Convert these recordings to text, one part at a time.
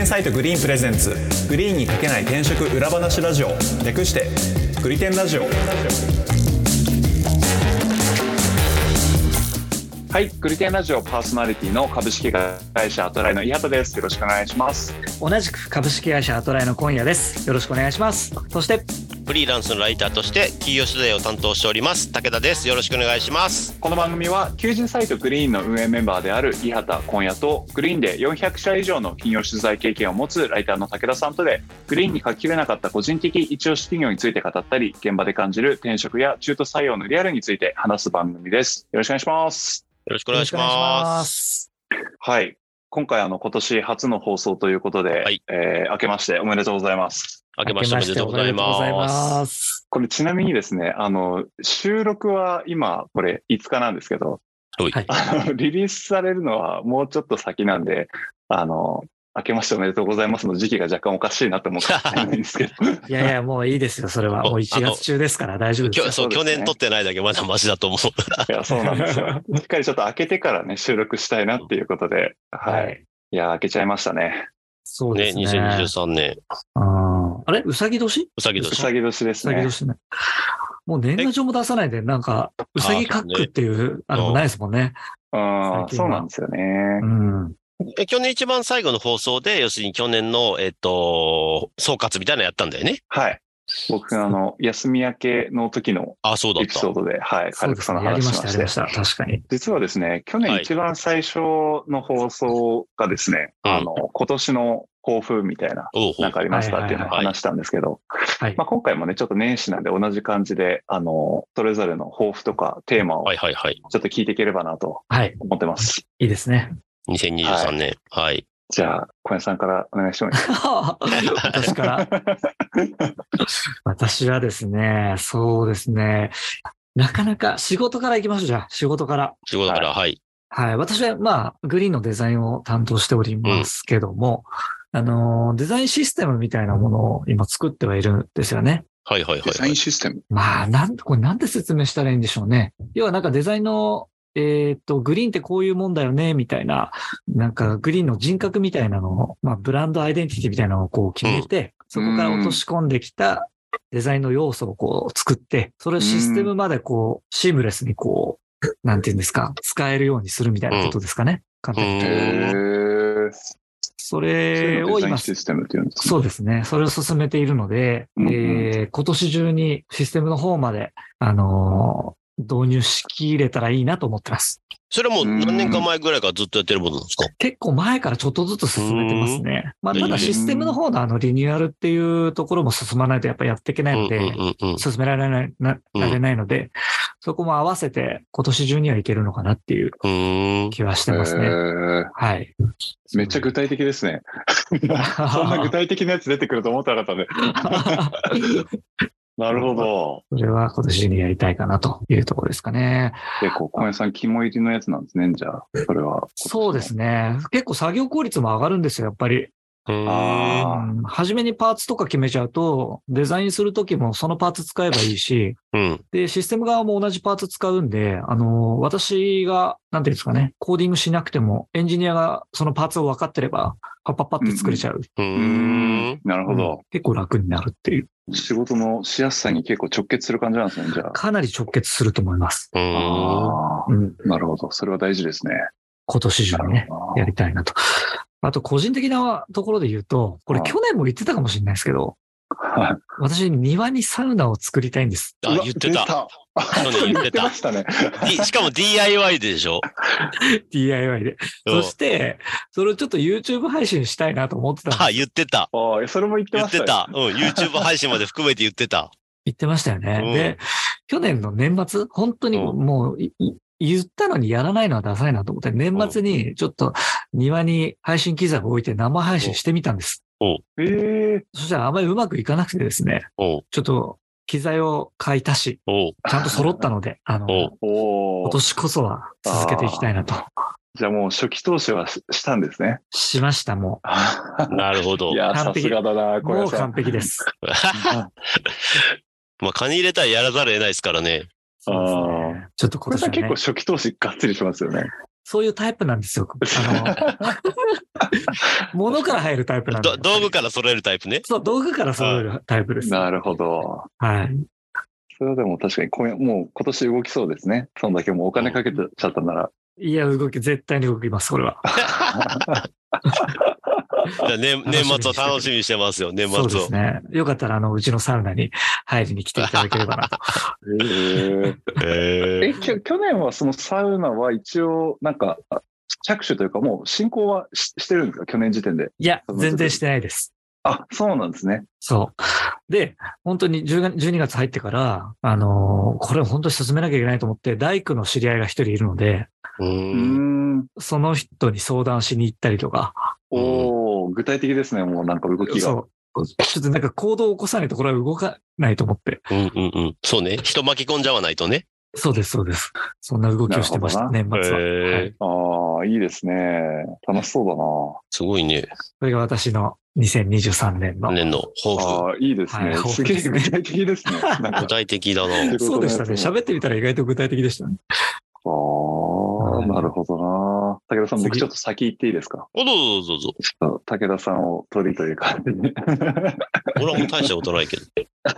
サイトグリーンプレゼンツグリーンにかけない転職裏話ラジオ、略してグリテンラジオ。はい、グリテンラジオパーソナリティの株式会社アトライの伊畑です。よろしくお願いします。 同じく株式会社アトライの今夜です。よろしくお願いします。そしてフリーランスのライターとして企業取材を担当しております武田です。よろしくお願いします。 この番組は求人サイトグリーンの運営メンバーである伊畑今夜とグリーンで400社以上の企業取材経験を持つライターの武田さんとでグリーンに書ききれなかった個人的一押し企業について語ったり、現場で感じる転職や中途採用のリアルについて話す番組です。よろしくお願いします。 よろしくお願いします。 はい、今回今年初の放送ということで、はい、明けましておめでとうございます。 明けましておめでとうございます。 これちなみにですね、収録は今これ5日なんですけど、リリースされるのはもうちょっと先なんで、明けましておめでとうございますの時期が若干おかしいなと思ってないんですけどいやいや、もういいですよ。それはもう1月中ですから大丈夫ですよ。 そう、去年撮ってないだけまだマシだと思ういや、そうなんですよ。しっかりちょっと開けてからね収録したいなっていうことで、はい、いや開けちゃいましたね。 そうですね。 2023年。 あれうさぎ年？ うさぎ年。 うさぎ年ですね。 うさぎ年ね。もう年賀状も出さないで、なんか、うさぎカックっていう、もないですもんね。 そうなんですよね。 去年一番最後の放送で、要するに去年の、総括みたいなのやったんだよね。 はい。僕休み明けの時のエピソードで、はい、軽くその話しまして。 やりました。確かに。 実はですね、去年一番最初の放送がですね、今年の抱負みたいな、なんかありますかっていうのを話したんですけど、今回もね、ちょっと年始なんで同じ感じで、それぞれの抱負とかテーマをちょっと聞いていければなと思ってます。 いいですね。 2023年。はい。 じゃあ、小林さんからお願いします。 私から。私はですね、そうですね。なかなか仕事から行きましょう。じゃあ、仕事から。 はい。 はい。私は、グリーンのデザインを担当しておりますけども、デザインシステムみたいなものを今作ってはいるんですよね。 はい。 デザインシステム。 これなんで説明したらいいんでしょうね。要はなんかデザインのグリーンってこういうもんだよね、みたいな、なんかグリーンの人格みたいなのを、ブランドアイデンティティみたいなのをこう決めて、そこから落とし込んできたデザインの要素をこう作って、それをシステムまでこう、シームレスにこう、なんていうんですか、使えるようにするみたいなことですかね。簡単に言うと。それを今、そうですね。それを進めているので、今年中にシステムの方まで、導入しきれたらいいなと思ってます。 それはもう何年か前ぐらいからずっとやってるものなんですか？ 結構前からちょっとずつ進めてますね。ただシステムの方のリニューアルっていうところも進まないとやっぱりやっていけないので、進められないので、そこも合わせて今年中にはいけるのかなっていう気はしてますね。はい。 めっちゃ具体的ですね。そんな具体的なやつ出てくると思ってなかったんで。なるほど。 それは今年中にやりたいかなというところですかね。 結構、小林さん肝入りのやつなんですね、じゃあ、それは。 そうですね。結構作業効率も上がるんですよ、やっぱり。初めにパーツとか決めちゃうと、デザインするときもそのパーツ使えばいいし、で、システム側も同じパーツ使うんで、私が、なんていうんですかね、コーディングしなくても、エンジニアがそのパーツを分かってれば、パッって作れちゃう。 なるほど。 結構楽になるっていう。 仕事のしやすさに結構直結する感じなんですね、じゃあ。 かなり直結すると思います。 なるほど。それは大事ですね。 今年中にね、やりたいなと。あと、個人的なところで言うと、これ去年も言ってたかもしれないですけど、私、庭にサウナを作りたいんです。 言ってた。去年言ってた。 ましたね。 しかも DIY でしょ？ DIY で。そして、それをちょっと YouTube 配信したいなと思ってたんです。 言ってた。 それも言ってました。 YouTube 配信まで含めて言ってた。 言ってましたよね。で、去年の年末、本当にもう、言ったのにやらないのはダサいなと思って、年末にちょっと庭に配信機材を置いて生配信してみたんです。そしたらあまりうまくいかなくてですね、ちょっと機材を買い足し、ちゃんと揃ったので、今年こそは続けていきたいなと。 じゃあもう初期投資はしたんですね。 しました、もう。なるほど。 いや、さすがだな、 もう完璧です。 金入れたらやらざるを得ないですからね。 そうですね。ちょっと今年はね。 結構初期投資がっつりしますよね。 そういうタイプなんですよ。物から入るタイプなんで。 道具から揃えるタイプね。 そう、道具から揃えるタイプです。 なるほど。 はい。 それはでも確かにもう今年動きそうですね。そんだけもうお金かけちゃったなら。 いや、絶対に動きます、これは。 じゃあ年末を楽しみにしてますよ、年末を。 そうですね。よかったら、うちのサウナに入りに来ていただければなと。 去年はそのサウナは一応、なんか、着手というか、もう進行はしてるんですか、去年時点で。 いや、全然してないです。 あ、そうなんですね。 そう。で、本当に12月入ってから、これを本当に進めなきゃいけないと思って、大工の知り合いが一人いるので、その人に相談しに行ったりとか。 具体的ですね、もうなんか動きが。 そう。ちょっとなんか行動を起こさないとこれは動かないと思って。 そうね。人巻き込んじゃわないとね。 そうです、そうです。そんな動きをしてました、年末は。 はい、いいですね。楽しそうだな。 すごいね。 それが私の2023年の。 抱負。いいですね。すげえ具体的ですね。 具体的だな。 そうでしたね。喋ってみたら意外と具体的でしたね。 なるほどな。武田さん、僕ちょっと先行っていいですか？ どうぞ。 ちょっと武田さんを取りという感じで。 俺はもう大したことないけど。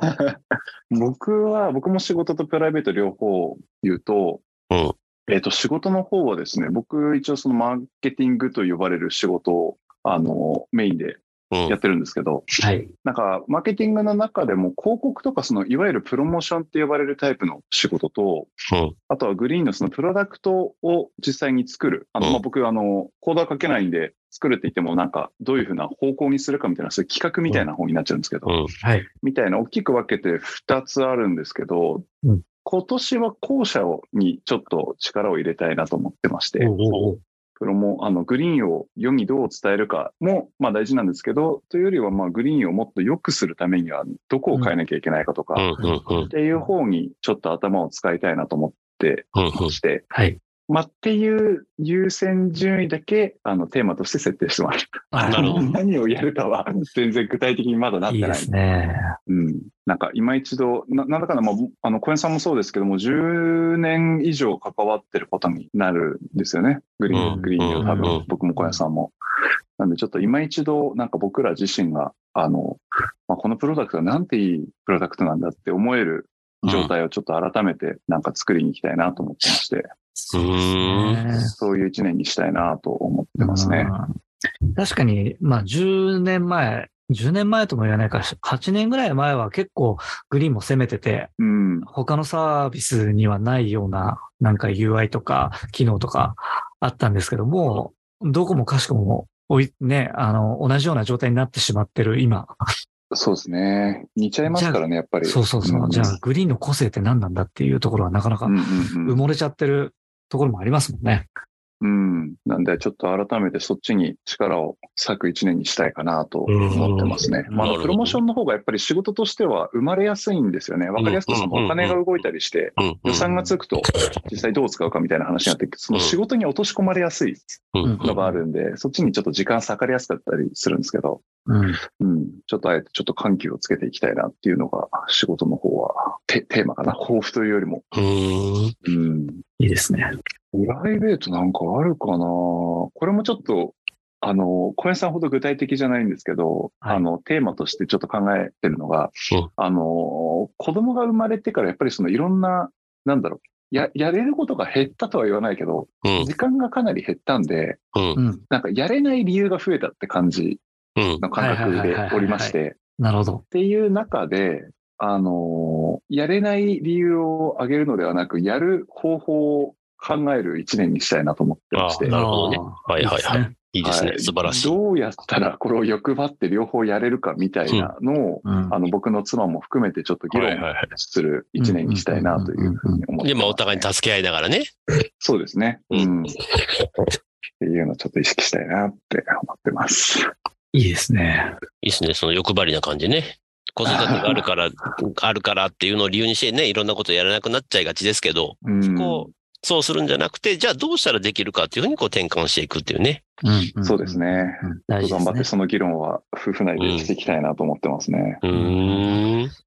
僕も仕事とプライベート両方言うと、仕事の方はですね、僕一応そのマーケティングと呼ばれる仕事をメインでやってるんですけど、なんかマーケティングの中でも広告とかそのいわゆるプロモーションって呼ばれるタイプの仕事と、あとはグリーンのそのプロダクトを実際に作る。僕コードは書けないんで、作るって言ってもなんかどういうふうな方向にするかみたいな、そういう企画みたいな方になっちゃうんですけど、みたいな大きく分けて2つあるんですけど、今年は後者にちょっと力を入れたいなと思ってまして、グリーンを世にどう伝えるかも、大事なんですけど、というよりは、グリーンをもっと良くするためには、どこを変えなきゃいけないかとか、っていう方にちょっと頭を使いたいなと思ってまして、っていう優先順位だけ、テーマとして設定してます。何をやるかは、全然具体的にまだなってない。いいですね。なんか、今一度、なんだかんだ、小林さんもそうですけども、10年以上関わってることになるんですよね。グリーンには多分、僕も小林さんも。なんで、ちょっと今一度、なんか僕ら自身が、このプロダクトはなんていいプロダクトなんだって思える状態をちょっと改めて、なんか作りに行きたいなと思ってまして。そういう一年にしたいなと思ってますね。 確かに、10年前とも言わないから、8年ぐらい前は結構グリーンも攻めてて、他のサービスにはないような、なんか UI とか機能とかあったんですけども、どこもかしこも、同じような状態になってしまってる今。 そうですね。似ちゃいますからね、やっぱり。 そう。じゃあ、グリーンの個性って何なんだっていうところはなかなか埋もれちゃってるところもありますもんね。 なんで、ちょっと改めてそっちに力を割く一年にしたいかなと思ってますね。プロモーションの方がやっぱり仕事としては生まれやすいんですよね。わかりやすくそのお金が動いたりして、予算がつくと実際どう使うかみたいな話になって、その仕事に落とし込まれやすいのがあるんで、そっちにちょっと時間割かれやすかったりするんですけど、ちょっとあえてちょっと緩急をつけていきたいなっていうのが仕事の方はテーマかな。抱負というよりも。 いいですね。 プライベートなんかあるかな。これもちょっと、小林さんほど具体的じゃないんですけど、テーマとしてちょっと考えてるのが、子供が生まれてからやっぱりそのいろんな、やれることが減ったとは言わないけど、時間がかなり減ったんで、なんかやれない理由が増えたって感じの感覚でおりまして、 なるほど。 っていう中で、やれない理由を挙げるのではなく、やる方法を考える一年にしたいなと思ってまして。 なるほどね。いいですね。素晴らしい。 どうやったらこれを欲張って両方やれるかみたいなのを、僕の妻も含めてちょっと議論する一年にしたいなというふうに思ってます。 お互いに助け合いながらね。 そうですね。っていうのをちょっと意識したいなって思ってます。 いいですね。 いいですね。その欲張りな感じね。子育てがあるからっていうのを理由にしてね、いろんなことやらなくなっちゃいがちですけど、そうするんじゃなくて、じゃあどうしたらできるかっていうふうに転換していくっていうね。 そうですね。頑張ってその議論は夫婦内でしていきたいなと思ってますね。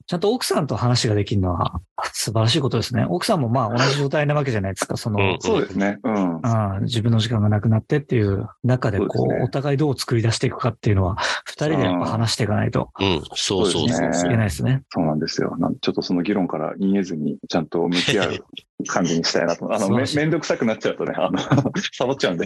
ちゃんと奥さんと話ができるのは素晴らしいことですね。奥さんもまあ同じ状態なわけじゃないですか。 そうですね。 自分の時間がなくなってっていう中で、お互いどう作り出していくかっていうのは、二人でやっぱ話していかないと。 そうそうそう。 いけないですね。 そうなんですよ。ちょっとその議論から逃げずに、ちゃんと向き合う感じにしたいなと。めんどくさくなっちゃうとね、サボっちゃうんで。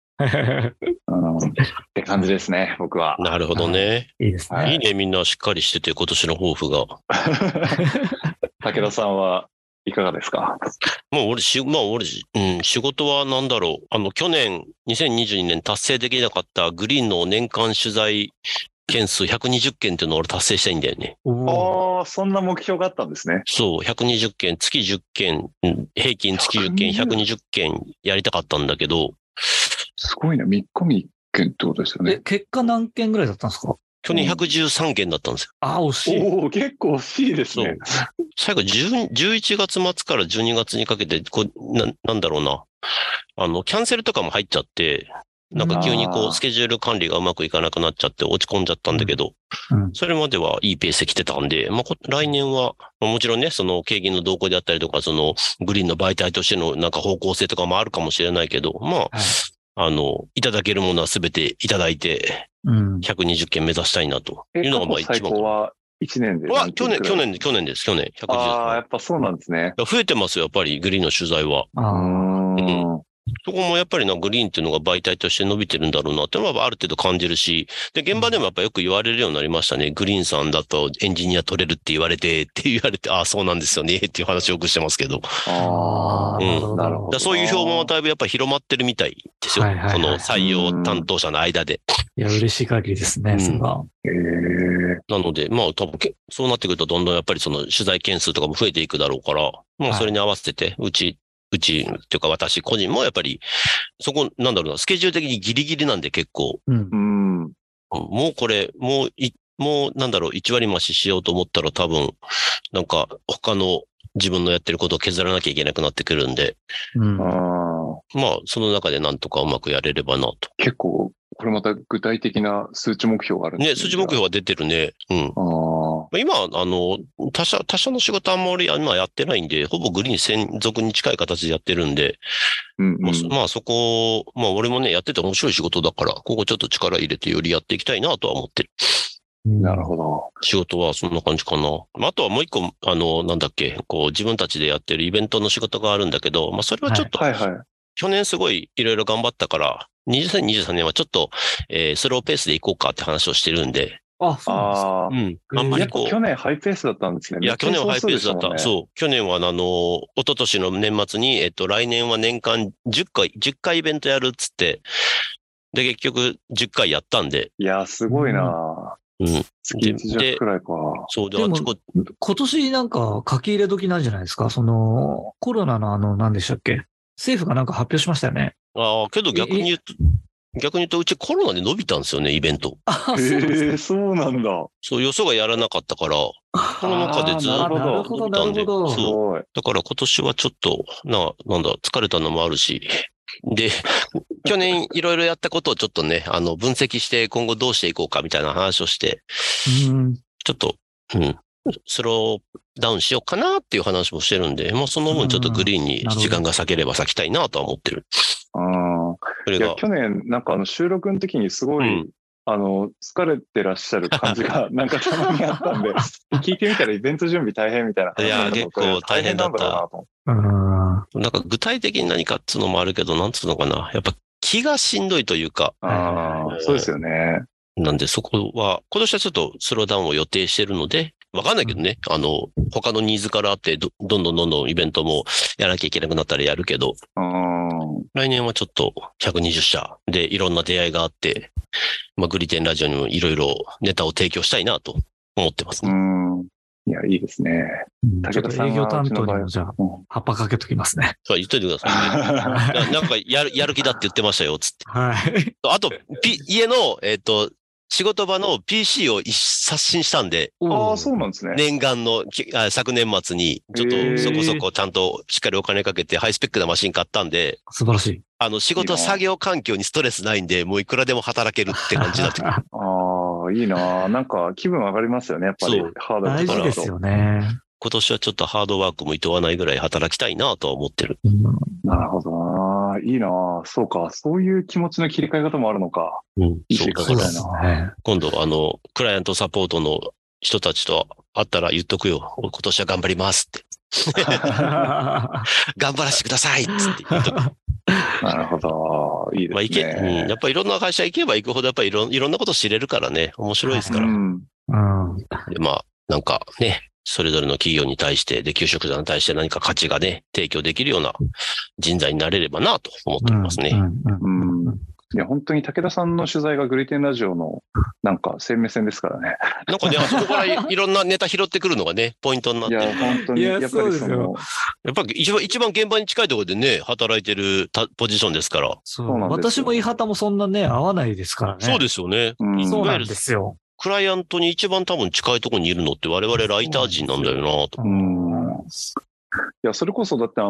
って感じですね、僕は。 なるほどね。 いいですね。 いいね、みんなしっかりしてて、今年の抱負が。 武田さんはいかがですか？ もう俺、仕事はなんだろう。去年、2022年達成できなかったグリーンの年間取材件数120件っていうのを俺達成したいんだよね。 ああ、そんな目標があったんですね。 そう、120件、月10件、平均月10件、120件やりたかったんだけど。 すごいな、3日に1件ってことですよね。 結果何件ぐらいだったんですか？ 去年113件だったんですよ。 惜しい。 結構惜しいですね。 最後11月末から12月にかけて、なんだろうな。キャンセルとかも入っちゃって、なんか急にスケジュール管理がうまくいかなくなっちゃって落ち込んじゃったんだけど、それまではいいペースで来てたんで、来年は、もちろんね、その景気の動向であったりとか、そのグリーンの媒体としてのなんか方向性とかもあるかもしれないけど、いただけるものはすべていただいて、120件目指したいなというのが一番。 最高は1年で去年です、去年。 113。やっぱそうなんですね。 増えてますよ、やっぱりグリーンの取材は。そこもやっぱりグリーンっていうのが媒体として伸びてるんだろうなってのはある程度感じるし、で、現場でもやっぱよく言われるようになりましたね。グリーンさんだとエンジニア取れるって言われて、そうなんですよねっていう話をよくしてますけど。 なるほど。 そういう評判はだいぶやっぱ広まってるみたいですよ。その採用担当者の間で。 いや、嬉しい限りですね、それは。 なので、多分、そうなってくるとどんどんやっぱりその取材件数とかも増えていくだろうから、それに合わせて、うちっていうか私個人もやっぱり、そこ、スケジュール的にギリギリなんで結構。もうこれ、もう1割増ししようと思ったら多分、他の自分のやってることを削らなきゃいけなくなってくるんで。その中でなんとかうまくやれればなと。 結構、これまた具体的な数値目標があるんですね。 数値目標は出てるね。今、他社の仕事あんまり今やってないんで、ほぼグリーン専属に近い形でやってるんで、そこ、俺もね、やってて面白い仕事だから、ここちょっと力入れてよりやっていきたいなとは思ってる。 なるほど。 仕事はそんな感じかな。あとはもう一個、自分たちでやってるイベントの仕事があるんだけど、それはちょっと、去年すごいいろいろ頑張ったから、2023年はちょっと、スローペースでいこうかって話をしてるんで。 そうなんですか。 あんまり去年ハイペースだったんですね。 いや、去年はハイペースだった。そう。去年は一昨年の年末に、来年は年間10回イベントやるっつって、で、結局10回やったんで。 いや、すごいな月1弱くらいか。 そうでも、今年書き入れ時なんじゃないですか。コロナの何でしたっけ？政府が発表しましたよね。 けど逆に言うと、うちコロナで伸びたんですよね、イベント。 そうなんだ。 そう、よそがやらなかったから、この中でずっと伸びたんで。そう。だから今年はちょっと、疲れたのもあるし。で、去年いろいろやったことをちょっとね、分析して今後どうしていこうかみたいな話をして、ちょっと、スローダウンしようかなっていう話もしてるんで、その分ちょっとグリーンに時間が割ければ割きたいなとは思ってる。 いや、去年収録の時にすごい、疲れてらっしゃる感じがたまにあったんで、聞いてみたらイベント準備大変みたいな話。 いや、結構大変だった。具体的に何かっつうのもあるけど、なんつうのかな。やっぱ気がしんどいというか。 そうですよね。 なんでそこは、今年はちょっとスローダウンを予定してるので、わかんないけどね、他のニーズからあって、どんどんイベントもやらなきゃいけなくなったらやるけど、来年はちょっと120社でいろんな出会いがあって、グリテンラジオにもいろいろネタを提供したいなと思ってますね。 いや、いいですね。 武田さん営業担当にもじゃあ、葉っぱかけときますね。 そう、言っといてくださいね。やる気だって言ってましたよ、つって。 はい。 あと、家の、仕事場の PC を刷新したんで。 そうなんですね。 念願の、昨年末に、ちょっとそこそこちゃんとしっかりお金かけてハイスペックなマシン買ったんで。 素晴らしい。 仕事作業環境にストレスないんで、もういくらでも働けるって感じになってくる。 いいな。なんか気分上がりますよね、やっぱり。ハード大事ですよね。 今年はちょっとハードワークもいとわないぐらい働きたいなとは思ってる。 なるほどな。いいな。そうか。そういう気持ちの切り替え方もあるのか。 そうだから、今度クライアントサポートの人たちと会ったら言っとくよ。今年は頑張りますって。頑張らせてくださいっつって言っとく。 なるほど。いいですね。 やっぱりいろんな会社行けば行くほどやっぱりいろんなこと知れるからね。面白いですから。で、なんかね、それぞれの企業に対して、で、求職者に対して何か価値がね、提供できるような人材になれればなと思っておりますね。 いや、本当に武田さんの取材がグリテンラジオのなんか生命線ですからね。 なんかね、あそこからいろんなネタ拾ってくるのがね、ポイントになってる。 いや、本当に。やっぱりやっぱり一番現場に近いところでね、働いてるポジションですから。 そうなんです。私も伊畑もそんなね、合わないですからね。 そうですよね。 そうなんですよ。 クライアントに一番多分近いところにいるのって我々ライター陣なんだよなと。 いや、それこそだって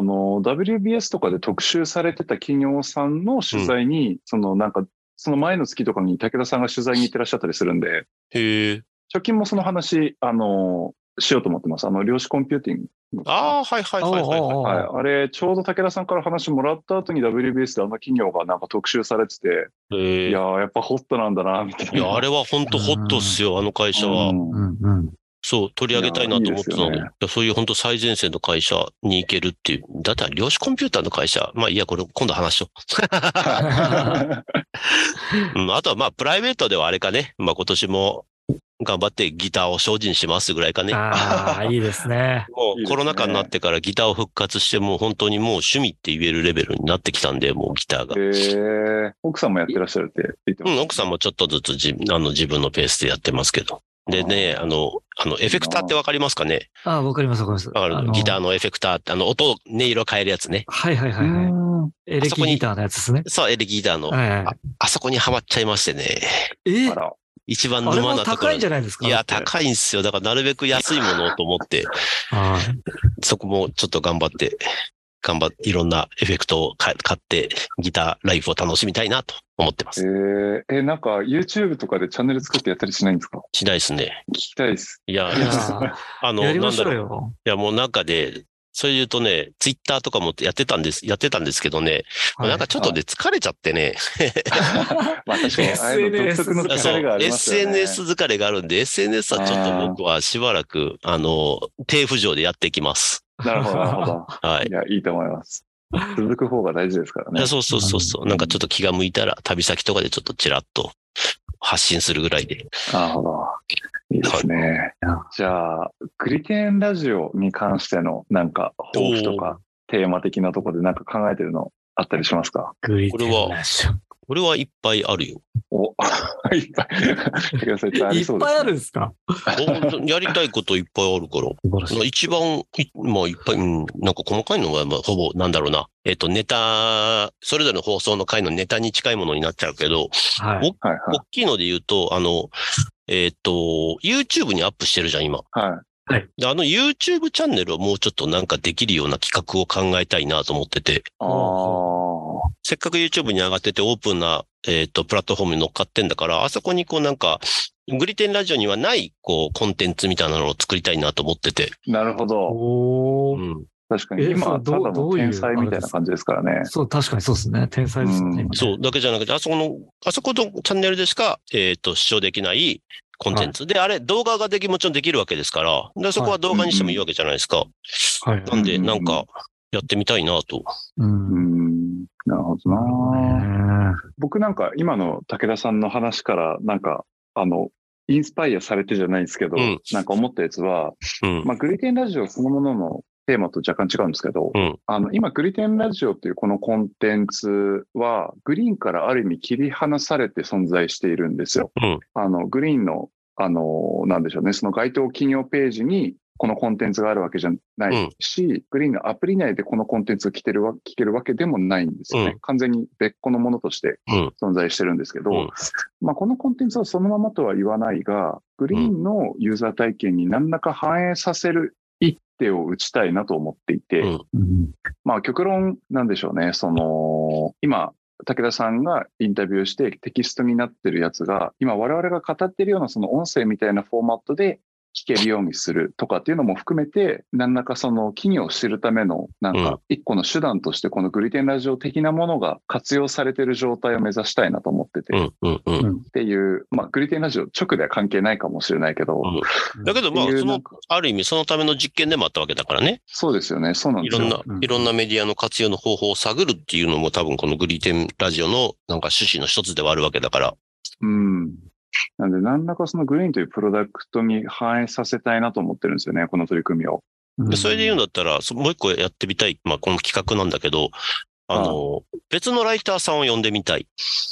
WBS とかで特集されてた企業さんの取材に、その前の月とかに武田さんが取材に行ってらっしゃったりするんで、直近もその話、しようと思ってます。量子コンピューティング。 はい。 あれ、ちょうど武田さんから話もらった後に WBS で企業がなんか特集されてて、いやー、やっぱホットなんだな、みたいな。 いや、あれは本当ホットっすよ、あの会社は。そう、取り上げたいなと思ってたので、そういう本当最前線の会社に行けるっていう。だったら量子コンピューターの会社。まあいいや、これ今度話しよう。あとはプライベートではあれかね。今年も頑張ってギターを精進しますぐらいかね。 ああ、いいですね。 もうコロナ禍になってからギターを復活してもう本当にもう趣味って言えるレベルになってきたんで、もうギターが。 奥さんもやってらっしゃるって言ってます。 奥さんもちょっとずつ自分のペースでやってますけど。でね、エフェクターってわかりますかね？ わかります。 ギターのエフェクターって、音色変えるやつね。 はい。エレキギターのやつですね。 そう、エレキギターの。あそこにはまっちゃいましてね。一番沼なところ。 高いんじゃないですか？ いや、高いんですよ。だからなるべく安いものをと思って、そこもちょっと頑張って、いろんなエフェクトを買ってギターライフを楽しみたいなと思ってます。 なんか YouTube とかでチャンネル作ってやったりしないんですか？ しないですね。 聞きたいです。 やりましょうよ。 いや、もう中で、それ言うとね、ツイッターとかもやってたんですけどね、なんかちょっとで疲れちゃってね。 まあ確かに、SNS 疲れがあるんで、SNS はちょっと僕はしばらく、低浮上でやっていきます。 なるほど。はい。いや、いいと思います。続く方が大事ですからね。 そう。なんかちょっと気が向いたら、旅先とかでちょっとちらっと発信するぐらいで。 なるほど。いいですね。じゃあ、グリテンラジオに関してのなんか抱負とかテーマ的なところでなんか考えてるのあったりしますか？ グリテンラジオ。 これはいっぱいあるよ。 いっぱい。いっぱいあるんですか？ やりたいこといっぱいあるから。一番、いっぱい、なんか細かいのは、ほぼ、なんだろうな。ネタ、それぞれの放送の回のネタに近いものになっちゃうけど、大きいので言うと、YouTube にアップしてるじゃん、今。YouTube チャンネルをもうちょっとなんかできるような企画を考えたいなと思ってて。せっかく YouTube に上がっててオープンな、プラットフォームに乗っかってんだから、あそこになんか、グリテンラジオにはない、コンテンツみたいなのを作りたいなと思ってて。 なるほど。確かに今、ただの天才みたいな感じですからね。 そう、確かにそうですね。天才ですよね。 そう、だけじゃなくて、あそこのチャンネルでしか、視聴できないコンテンツ。で、あれ、動画がもちろんできるわけですから、で、そこは動画にしてもいいわけじゃないですか。なんで、なんか、やってみたいなと。 なるほどな。僕なんか、今の武田さんの話から、なんか、インスパイアされてじゃないんですけど、なんか思ったやつは、グリテンラジオそのもののテーマと若干違うんですけど、今、グリテンラジオっていうこのコンテンツは、グリーンからある意味切り離されて存在しているんですよ。グリーンの、なんでしょうね、その該当企業ページにこのコンテンツがあるわけじゃないし、グリーンのアプリ内でこのコンテンツを聞けるわけでもないんですよね。完全に別個のものとして存在してるんですけど、このコンテンツはそのままとは言わないが、グリーンのユーザー体験に何らか反映させる一手を打ちたいなと思っていて、極論なんでしょうね、今、 武田さんがインタビューしてテキストになってるやつが、今我々が語ってるようなその音声みたいなフォーマットで聞けるようにするとかっていうのも含めて、何らかその企業を知るためのなんか一個の手段としてこのグリテンラジオ的なものが活用されている状態を目指したいなと思ってて、っていう、まあグリテンラジオ直では関係ないかもしれないけど、 だけどまあある意味そのための実験でもあったわけだからね。 そうですよね。そうなんですよ。 いろんなメディアの活用の方法を探るっていうのも多分このグリテンラジオのなんか趣旨の一つではあるわけだから。 なんで、何らかそのグリーンというプロダクトに反映させたいなと思ってるんですよね、この取り組みを。 でそれで言うんだったら、もう一個やってみたい、まあ、この企画なんだけど、別のライターさんを呼んでみたい。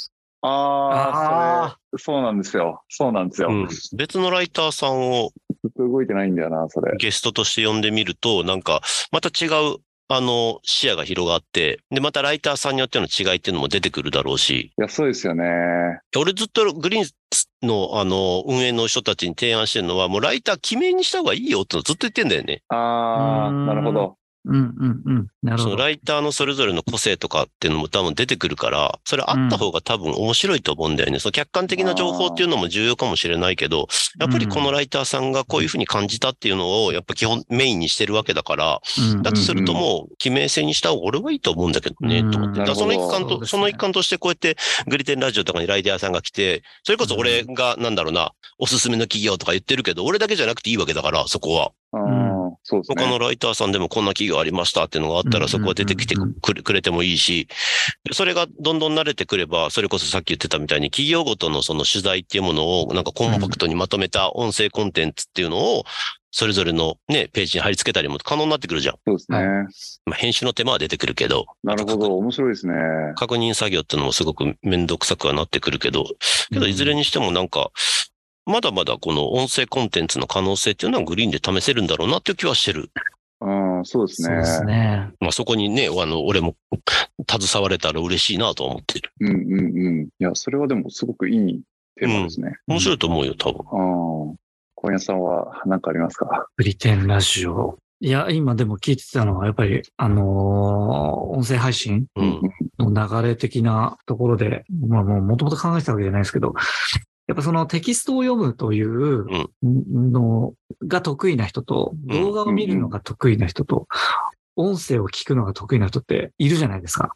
そうなんですよ。そうなんですよ。 別のライターさんを、 ずっと動いてないんだよな、それ。 ゲストとして呼んでみると、なんか、また違う、視野が広がって、で、またライターさんによっての違いっていうのも出てくるだろうし。 いや、そうですよね。 俺ずっとグリーンの、運営の人たちに提案してるのは、もうライター記名にした方がいいよってずっと言ってんだよね。 なるほど。 なるほど。 そのライターのそれぞれの個性とかっていうのも多分出てくるから、それあった方が多分面白いと思うんだよね。その客観的な情報っていうのも重要かもしれないけど、やっぱりこのライターさんがこういうふうに感じたっていうのをやっぱ基本メインにしてるわけだから、だとするともう記名性にした方が俺はいいと思うんだけどね、と思って。だからその一環としてこうやってグリテンラジオとかにライターさんが来て、それこそ俺がなんだろうな、おすすめの企業とか言ってるけど、俺だけじゃなくていいわけだから、そこは。 そうですね。 他のライターさんでもこんな企業ありましたっていうのがあったらそこは出てきてくれてもいいし、それがどんどん慣れてくれば、それこそさっき言ってたみたいに企業ごとのその取材っていうものをなんかコンパクトにまとめた音声コンテンツっていうのをそれぞれのね、ページに貼り付けたりも可能になってくるじゃん。 そうですね。 まあ編集の手間は出てくるけど。 なるほど、面白いですね。 確認作業っていうのもすごくめんどくさくはなってくるけど、いずれにしてもなんか、まだまだこの音声コンテンツの可能性っていうのはグリーンで試せるんだろうなっていう気はしてる。 そうですね。 そうですね。 まあそこにね、俺も携われたら嬉しいなと思ってる。 いや、それはでもすごくいいテーマですね。 面白いと思うよ、多分。 小屋さんは何かありますか？ グリテンラジオ。いや、今でも聞いてたのは、やっぱり、音声配信の流れ的なところで、まあもともと考えてたわけじゃないですけど、やっぱそのテキストを読むというのが得意な人と、動画を見るのが得意な人と、音声を聞くのが得意な人っているじゃないですか。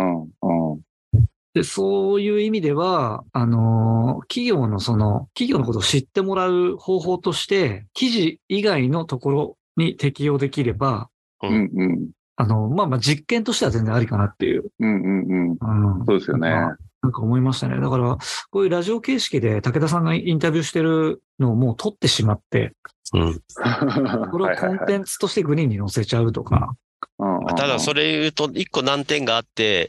で、そういう意味では、企業のことを知ってもらう方法として、記事以外のところに適用できれば、実験としては全然ありかなっていう。 そうですよね。 なんか思いましたね。だから、こういうラジオ形式で武田さんがインタビューしてるのをもう撮ってしまって、これをコンテンツとしてグリーンに載せちゃうとか。 ただそれ言うと一個難点があって、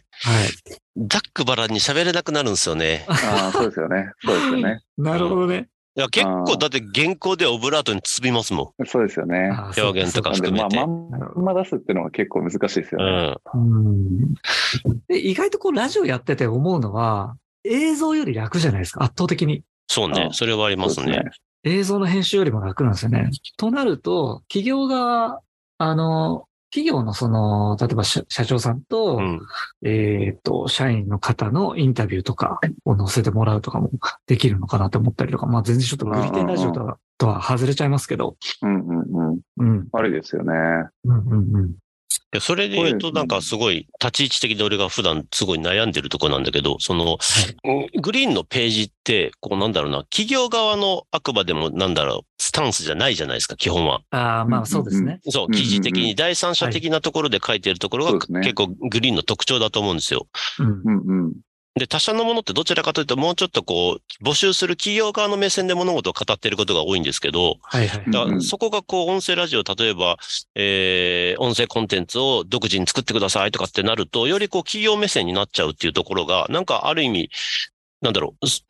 ざっくばらんに喋れなくなるんですよね。 そうですよね。そうですよね。 なるほどね。 いや結構だって原稿でオブラートに包みますもん。そうですよね。 表現とか含めて。 まん出すっていうのは結構難しいですよね。 で意外とこうラジオやってて思うのは、映像より楽じゃないですか、圧倒的に。 そうね。それはありますね。 映像の編集よりも楽なんですよね。となると、企業が、企業の例えば社長さんと、社員の方のインタビューとかを載せてもらうとかもできるのかなと思ったりとか、まあ全然ちょっとグリテンラジオとは外れちゃいますけど。 あれですよね。 それで言うとなんかすごい立ち位置的に俺が普段すごい悩んでるとこなんだけど、グリーンのページって、こうなんだろうな、企業側のあくまでもなんだろう、スタンスじゃないじゃないですか、基本は。 まあそうですね。 そう、記事的に第三者的なところで書いてるところが結構グリーンの特徴だと思うんですよ。で、他社のものってどちらかというと、もうちょっとこう、募集する企業側の目線で物事を語っていることが多いんですけど、だからそこがこう、音声ラジオ、例えば、音声コンテンツを独自に作ってくださいとかってなると、よりこう、企業目線になっちゃうっていうところが、なんかある意味、なんだろう、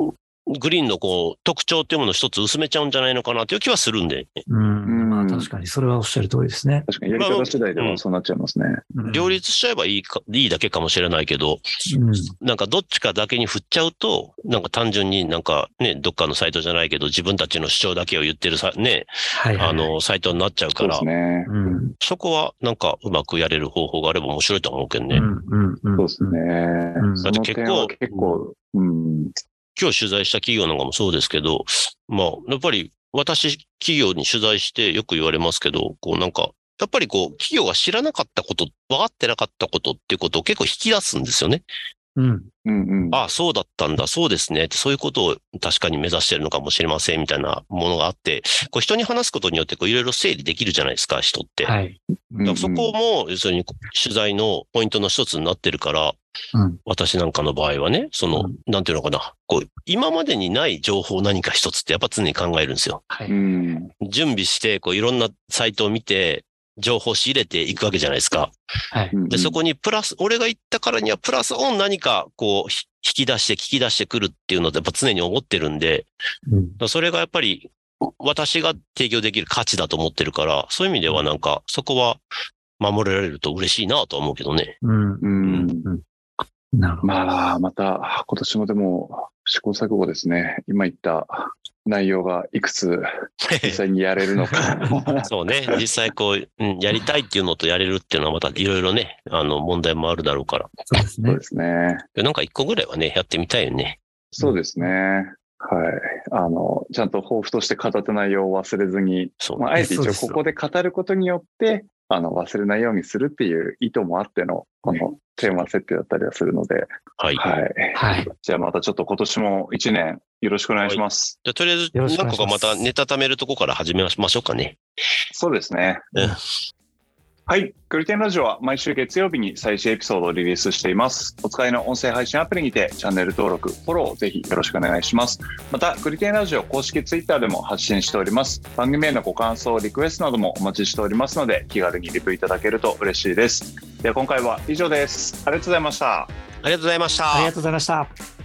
グリーンのこう特徴っていうものを一つ薄めちゃうんじゃないのかなという気はするんで。 まあ確かにそれはおっしゃる通りですね。 確かにやり方次第ではそうなっちゃいますね。 両立しちゃえばいいだけかもしれないけど、なんかどっちかだけに振っちゃうと、なんか単純になんかね、どっかのサイトじゃないけど自分たちの主張だけを言ってるね、サイトになっちゃうから、そこはなんかうまくやれる方法があれば面白いと思うけどね。 そうですね。 だって結構、今日取材した企業なんかもそうですけど、まあ、やっぱり私企業に取材してよく言われますけど、こうなんか、やっぱりこう企業が知らなかったこと、分かってなかったことっていうことを結構引き出すんですよね。ああ、そうだったんだ、そうですね。そういうことを確かに目指してるのかもしれませんみたいなものがあって、こう人に話すことによってこういろいろ整理できるじゃないですか、人って。だからそこも、要するに取材のポイントの一つになってるから、私なんかの場合はね、なんていうのかな、こう、今までにない情報何か一つってやっぱ常に考えるんですよ。準備して、こういろんなサイトを見て、情報を仕入れていくわけじゃないですか。で、そこにプラス、俺が言ったからにはプラスオン何かこう引き出して聞き出してくるっていうのをやっぱ常に思ってるんで、それがやっぱり私が提供できる価値だと思ってるから、そういう意味ではなんかそこは守られると嬉しいなとは思うけどね。 まあ、また今年もでも試行錯誤ですね。今言った内容がいくつ実際にやれるのか。 そうね。実際こう、やりたいっていうのとやれるっていうのはまたいろいろね、問題もあるだろうから。 そうですね。 なんか一個ぐらいはね、やってみたいよね。 そうですね。はい。ちゃんと抱負として語った内容を忘れずに、あえて一応ここで語ることによって、忘れないようにするっていう意図もあっての、このテーマ設定だったりはするので、じゃあまたちょっと今年も1年よろしくお願いします。 じゃあとりあえず、何個かまたネタ貯めるとこから始めましょうかね。 そうですね。はい。グリテンラジオは毎週月曜日に最新エピソードをリリースしています。お使いの音声配信アプリにてチャンネル登録、フォローをぜひよろしくお願いします。また、グリテンラジオ公式ツイッターでも発信しております。番組へのご感想、リクエストなどもお待ちしておりますので、気軽にリプいただけると嬉しいです。では今回は以上です。ありがとうございました。 ありがとうございました。 ありがとうございました。